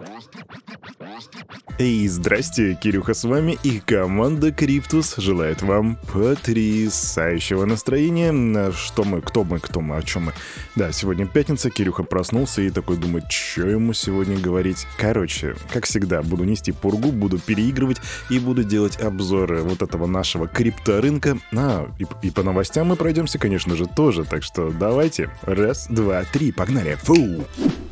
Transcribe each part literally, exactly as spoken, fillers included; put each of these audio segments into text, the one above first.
Эй, здрасте, Кирюха с вами, и команда Криптус желает вам потрясающего настроения. Что мы, кто мы, кто мы, о чем мы? Да, сегодня пятница, Кирюха проснулся и такой думает, что ему сегодня говорить. Короче, как всегда, буду нести пургу, буду переигрывать и буду делать обзоры вот этого нашего крипторынка. А, и, и по новостям мы пройдемся, конечно же, тоже, так что давайте. Раз, два, три, погнали. Фу!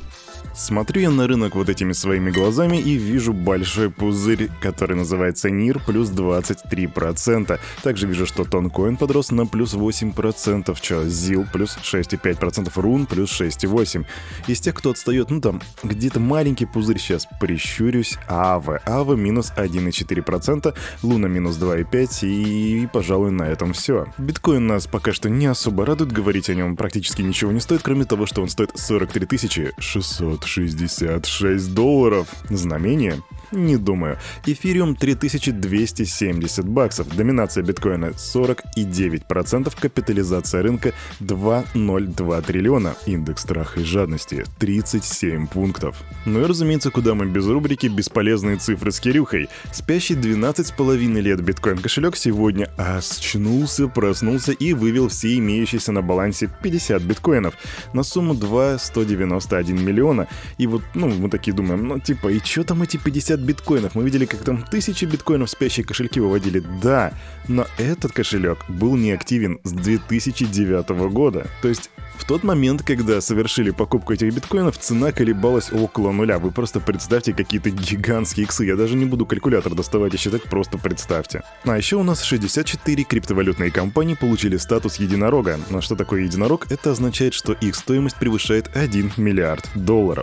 Смотрю я на рынок вот этими своими глазами и вижу большой пузырь, который называется НИР, плюс двадцать три процента. Также вижу, что Тонкоин подрос на плюс восемь процентов, что зил плюс шесть целых пять десятых процента, Рун плюс шесть целых восемь процентов. Из тех, кто отстает, ну там где-то маленький пузырь, сейчас прищурюсь, АВА. АВА минус один целых четыре десятых процента, Луна минус два целых пять десятых процента и, пожалуй, на этом все. Биткоин нас пока что не особо радует, говорить о нем практически ничего не стоит, кроме того, что он стоит сорок три тысячи шестьсот шестьдесят шесть долларов. Знамение? Не думаю. Эфириум три тысячи двести семьдесят баксов. Доминация биткоина сорок девять процентов. Капитализация рынка два целых ноль два триллиона. Индекс страха и жадности тридцать семь пунктов. Ну и разумеется, куда мы без рубрики «Бесполезные цифры с Кирюхой». Спящий двенадцать с половиной лет биткоин-кошелек сегодня очнулся, проснулся и вывел все имеющиеся на балансе пятьдесят биткоинов на сумму два целых сто девяносто один миллиона. И вот, ну, мы такие думаем, ну типа, и чё там эти пятьдесят биткоинов? Мы видели, как там тысячи биткоинов спящие кошельки выводили. Да, но этот кошелек был неактивен с две тысячи девятого года. То есть в тот момент, когда совершили покупку этих биткоинов, цена колебалась около нуля. Вы просто представьте какие-то гигантские иксы. Я даже не буду калькулятор доставать и считать, просто представьте. А еще у нас шестьдесят четыре криптовалютные компании получили статус единорога. А что такое единорог? Это означает, что их стоимость превышает один миллиард долларов.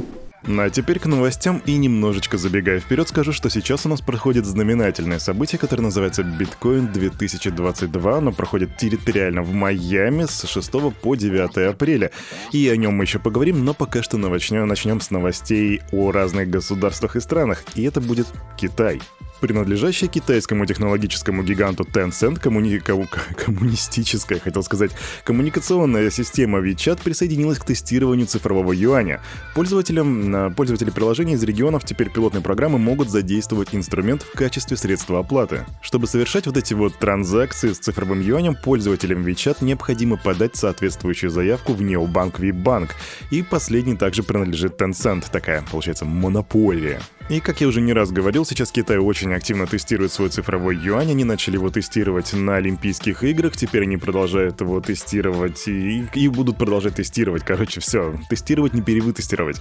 Ну а теперь к новостям, и немножечко забегая вперед, скажу, что сейчас у нас проходит знаменательное событие, которое называется Биткоин две тысячи двадцать два. Оно проходит территориально в Майами с шестого по девятое апреля. И о нем мы еще поговорим, но пока что начнем, начнем с новостей о разных государствах и странах. И это будет Китай. Принадлежащая китайскому технологическому гиганту Tencent коммуни... кому... коммунистическая, хотел сказать, коммуникационная система WeChat присоединилась к тестированию цифрового юаня. Пользователям, пользователи приложений из регионов теперь пилотной программы могут задействовать инструмент в качестве средства оплаты. Чтобы совершать вот эти вот транзакции с цифровым юанем, пользователям WeChat необходимо подать соответствующую заявку в необанк Вибанк. И последний также принадлежит Tencent, такая, получается, монополия. И, как я уже не раз говорил, сейчас Китай очень активно тестирует свой цифровой юань. Они начали его тестировать на Олимпийских играх, теперь они продолжают его тестировать и, и будут продолжать тестировать. Короче, все, тестировать, не перевытестировать.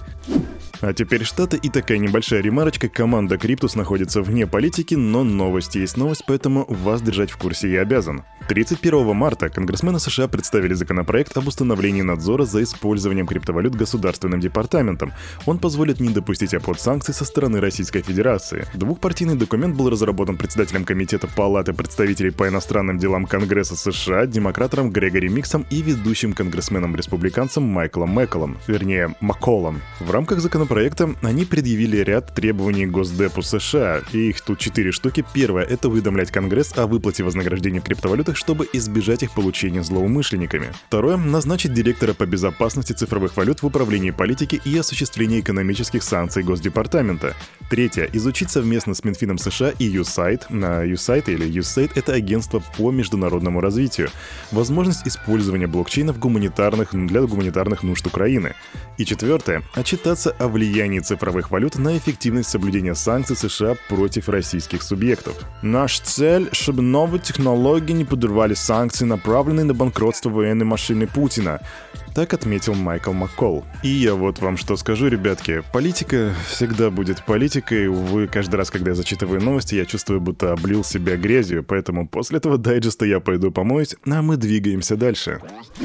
А теперь Штаты и такая небольшая ремарочка. Команда Криптус находится вне политики, но новость есть новость, поэтому вас держать в курсе я обязан. тридцать первого марта конгрессмены США представили законопроект об установлении надзора за использованием криптовалют Государственным департаментом. Он позволит не допустить обход санкций со стороны Российской Федерации. Двухпартийный документ был разработан председателем Комитета Палаты представителей по иностранным делам Конгресса США, демократом Грегори Миксом и ведущим конгрессменом-республиканцем Майклом Макколом, вернее, Макколом. В рамках законопроекта они предъявили ряд требований Госдепу США, и их тут четыре штуки. Первое — это уведомлять Конгресс о выплате вознаграждений в криптовалютах, чтобы избежать их получения злоумышленниками. Второе — назначить директора по безопасности цифровых валют в управлении политики и осуществлении экономических санкций Госдепартамента. Третье — изучить совместно с Минфином США и ю сайт, на ю сайт или ю сейд — это агентство по международному развитию, возможность использования блокчейна в гуманитарных, для гуманитарных нужд Украины. И четвертое — отчитаться о влиянии цифровых валют на эффективность соблюдения санкций США против российских субъектов. Наша цель — чтобы новые технологии не подорвали санкции, направленные на банкротство военной машины Путина. Так отметил Майкл Маккол. И я вот вам что скажу, ребятки. Политика всегда будет политикой. Увы, каждый раз, когда я зачитываю новости, я чувствую, будто облил себя грязью. Поэтому после этого дайджеста я пойду помоюсь, а мы двигаемся дальше.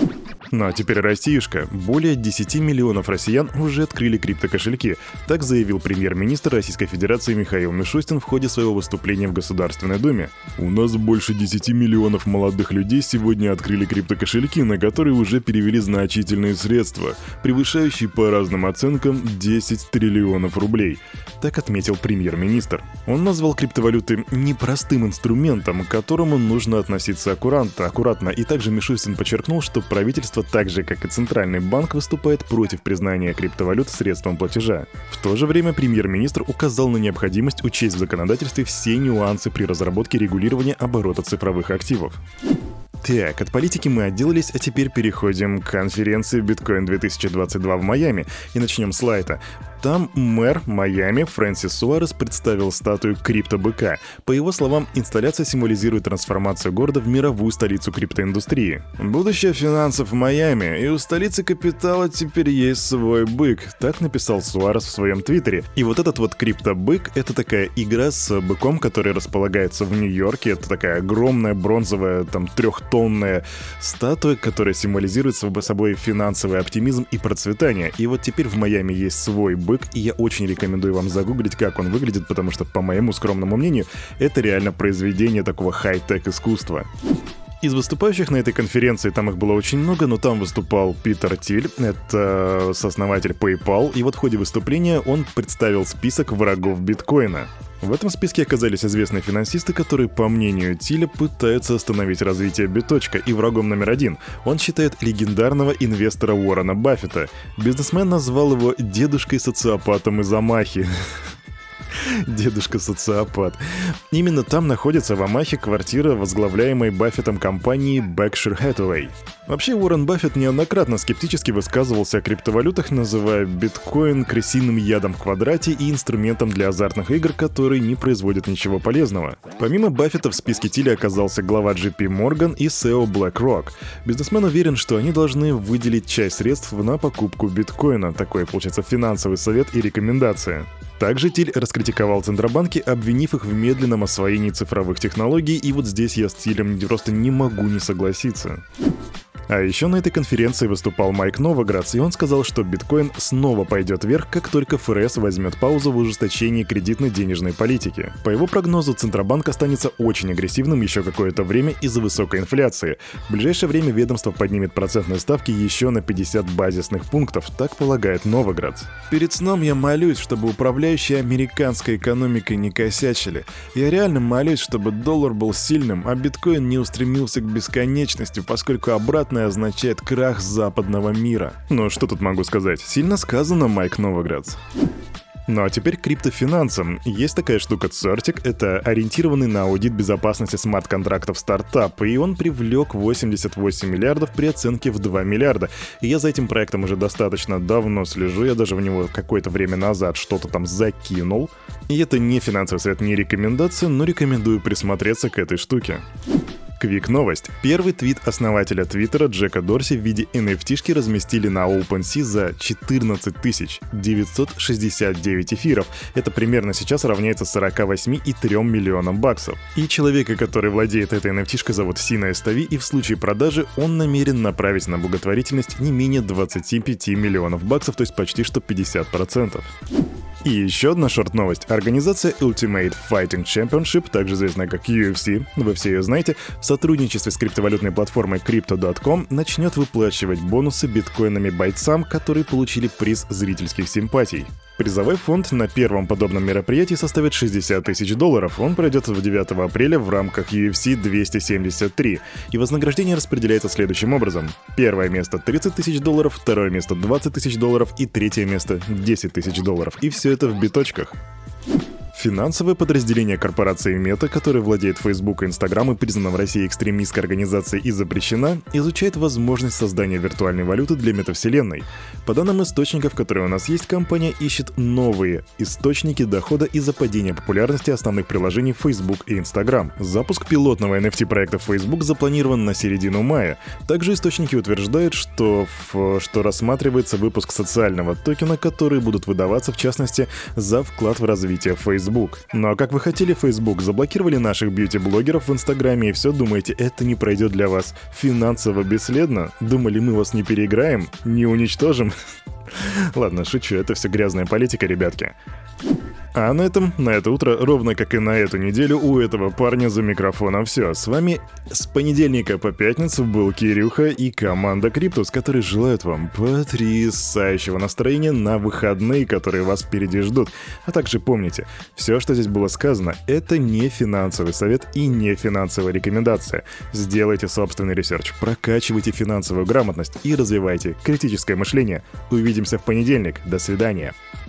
Ну а теперь Россиюшка. Более десяти миллионов россиян уже открыли криптокошельки. Так заявил премьер-министр Российской Федерации Михаил Мишустин в ходе своего выступления в Государственной Думе. У нас больше десяти миллионов молодых людей сегодня открыли криптокошельки, на которые уже перевели значительные средства, превышающие по разным оценкам десять триллионов рублей. Так отметил премьер-министр. Он назвал криптовалюты непростым инструментом, к которому нужно относиться аккуратно, аккуратно. И также Мишустин подчеркнул, что правительство правительство, так же как и Центральный банк, выступает против признания криптовалют средством платежа. В то же время премьер-министр указал на необходимость учесть в законодательстве все нюансы при разработке регулирования оборота цифровых активов. Так, от политики мы отделались, а теперь переходим к конференции Bitcoin две тысячи двадцать два в Майами и начнем с лайта. Там мэр Майами Фрэнсис Суарес представил статую криптобыка. По его словам, инсталляция символизирует трансформацию города в мировую столицу криптоиндустрии. Будущее финансов в Майами, и у столицы капитала теперь есть свой бык, так написал Суарес в своем твиттере. И вот этот вот криптобык — это такая игра с быком, который располагается в Нью-Йорке. Это такая огромная бронзовая, там, трехтонная статуя, которая символизирует собой финансовый оптимизм и процветание. И вот теперь в Майами есть свой бык. Бык, и я очень рекомендую вам загуглить, как он выглядит, потому что, по моему скромному мнению, это реально произведение такого хай-тек искусства. Из выступающих на этой конференции, там их было очень много, но там выступал Питер Тиль, это сооснователь PayPal, и вот в ходе выступления он представил список врагов биткоина. В этом списке оказались известные финансисты, которые, по мнению Тиля, пытаются остановить развитие биточка, и врагом номер один он считает легендарного инвестора Уоррена Баффета. Бизнесмен назвал его «дедушкой-социопатом из Омахи». Дедушка-социопат. Именно там находится в Омахе квартира возглавляемой Баффетом компании Berkshire Hathaway. Вообще, Уоррен Баффет неоднократно скептически высказывался о криптовалютах, называя биткоин крысиным ядом в квадрате и инструментом для азартных игр, который не производит ничего полезного. Помимо Баффета в списке Тиля оказался глава джей пи Morgan и си и о BlackRock. Бизнесмен уверен, что они должны выделить часть средств на покупку биткоина. Такой, получается, финансовый совет и рекомендация. Также Тиль раскритиковал центробанки, обвинив их в медленном освоении цифровых технологий, и вот здесь я с Тилем просто не могу не согласиться. А еще на этой конференции выступал Майк Новоградс, и он сказал, что биткоин снова пойдет вверх, как только эф эр эс возьмет паузу в ужесточении кредитно-денежной политики. По его прогнозу, Центробанк останется очень агрессивным еще какое-то время из-за высокой инфляции. В ближайшее время ведомство поднимет процентные ставки еще на пятьдесят базисных пунктов, так полагает Новоградс. Перед сном я молюсь, чтобы управляющие американской экономикой не косячили. Я реально молюсь, чтобы доллар был сильным, а биткоин не устремился к бесконечности, поскольку обратно означает крах западного мира. Ну что тут могу сказать? Сильно сказано, Майк Новоградс. Ну а теперь к криптофинансам. Есть такая штука Certic, это ориентированный на аудит безопасности смарт-контрактов стартап, и он привлек восемьдесят восемь миллиардов при оценке в два миллиарда. И я за этим проектом уже достаточно давно слежу, я даже в него какое-то время назад что-то там закинул. И это не финансовый совет, не рекомендация, но рекомендую присмотреться к этой штуке. Квик-новость. Первый твит основателя Твиттера Джека Дорси в виде эн эф ти-шки разместили на OpenSea за четырнадцать тысяч девятьсот шестьдесят девять эфиров. Это примерно сейчас равняется сорок восемь целых три десятых миллионам баксов. И человека, который владеет этой эн эф ти-шкой, зовут Сина Эстави, и в случае продажи он намерен направить на благотворительность не менее двадцать пять миллионов баксов, то есть почти что пятьдесят процентов. И еще одна шорт-новость. Организация Ultimate Fighting Championship, также известная как ю эф си, вы все ее знаете, в сотрудничестве с криптовалютной платформой крипто точка ком начнет выплачивать бонусы биткоинами бойцам, которые получили приз зрительских симпатий. Призовой фонд на первом подобном мероприятии составит шестьдесят тысяч долларов. Он пройдет девятого апреля в рамках ю эф си двести семьдесят три. И вознаграждение распределяется следующим образом. Первое место тридцать тысяч долларов, второе место двадцать тысяч долларов и третье место десять тысяч долларов. И все это в биточках. Финансовое подразделение корпорации Meta, которое владеет Facebook и Instagram и признана в России экстремистской организацией и запрещена, изучает возможность создания виртуальной валюты для метавселенной. По данным источников, которые у нас есть, компания ищет новые источники дохода из-за падения популярности основных приложений Facebook и Instagram. Запуск пилотного эн эф ти-проекта в Facebook запланирован на середину мая. Также источники утверждают, что, в, что рассматривается выпуск социального токена, которые будут выдаваться, в частности, за вклад в развитие Facebook. Ну а как вы хотели, Facebook заблокировали наших бьюти-блогеров в Инстаграме, и все думаете, это не пройдет для вас финансово бесследно? Думали, мы вас не переиграем? Не уничтожим? Ладно, шучу, это все грязная политика, ребятки. А на этом, на это утро, ровно как и на эту неделю, у этого парня за микрофоном все. С вами с понедельника по пятницу был Кирюха и команда Криптус, которые желают вам потрясающего настроения на выходные, которые вас впереди ждут. А также помните, все, что здесь было сказано, это не финансовый совет и не финансовая рекомендация. Сделайте собственный ресерч, прокачивайте финансовую грамотность и развивайте критическое мышление. Увидимся в понедельник. До свидания.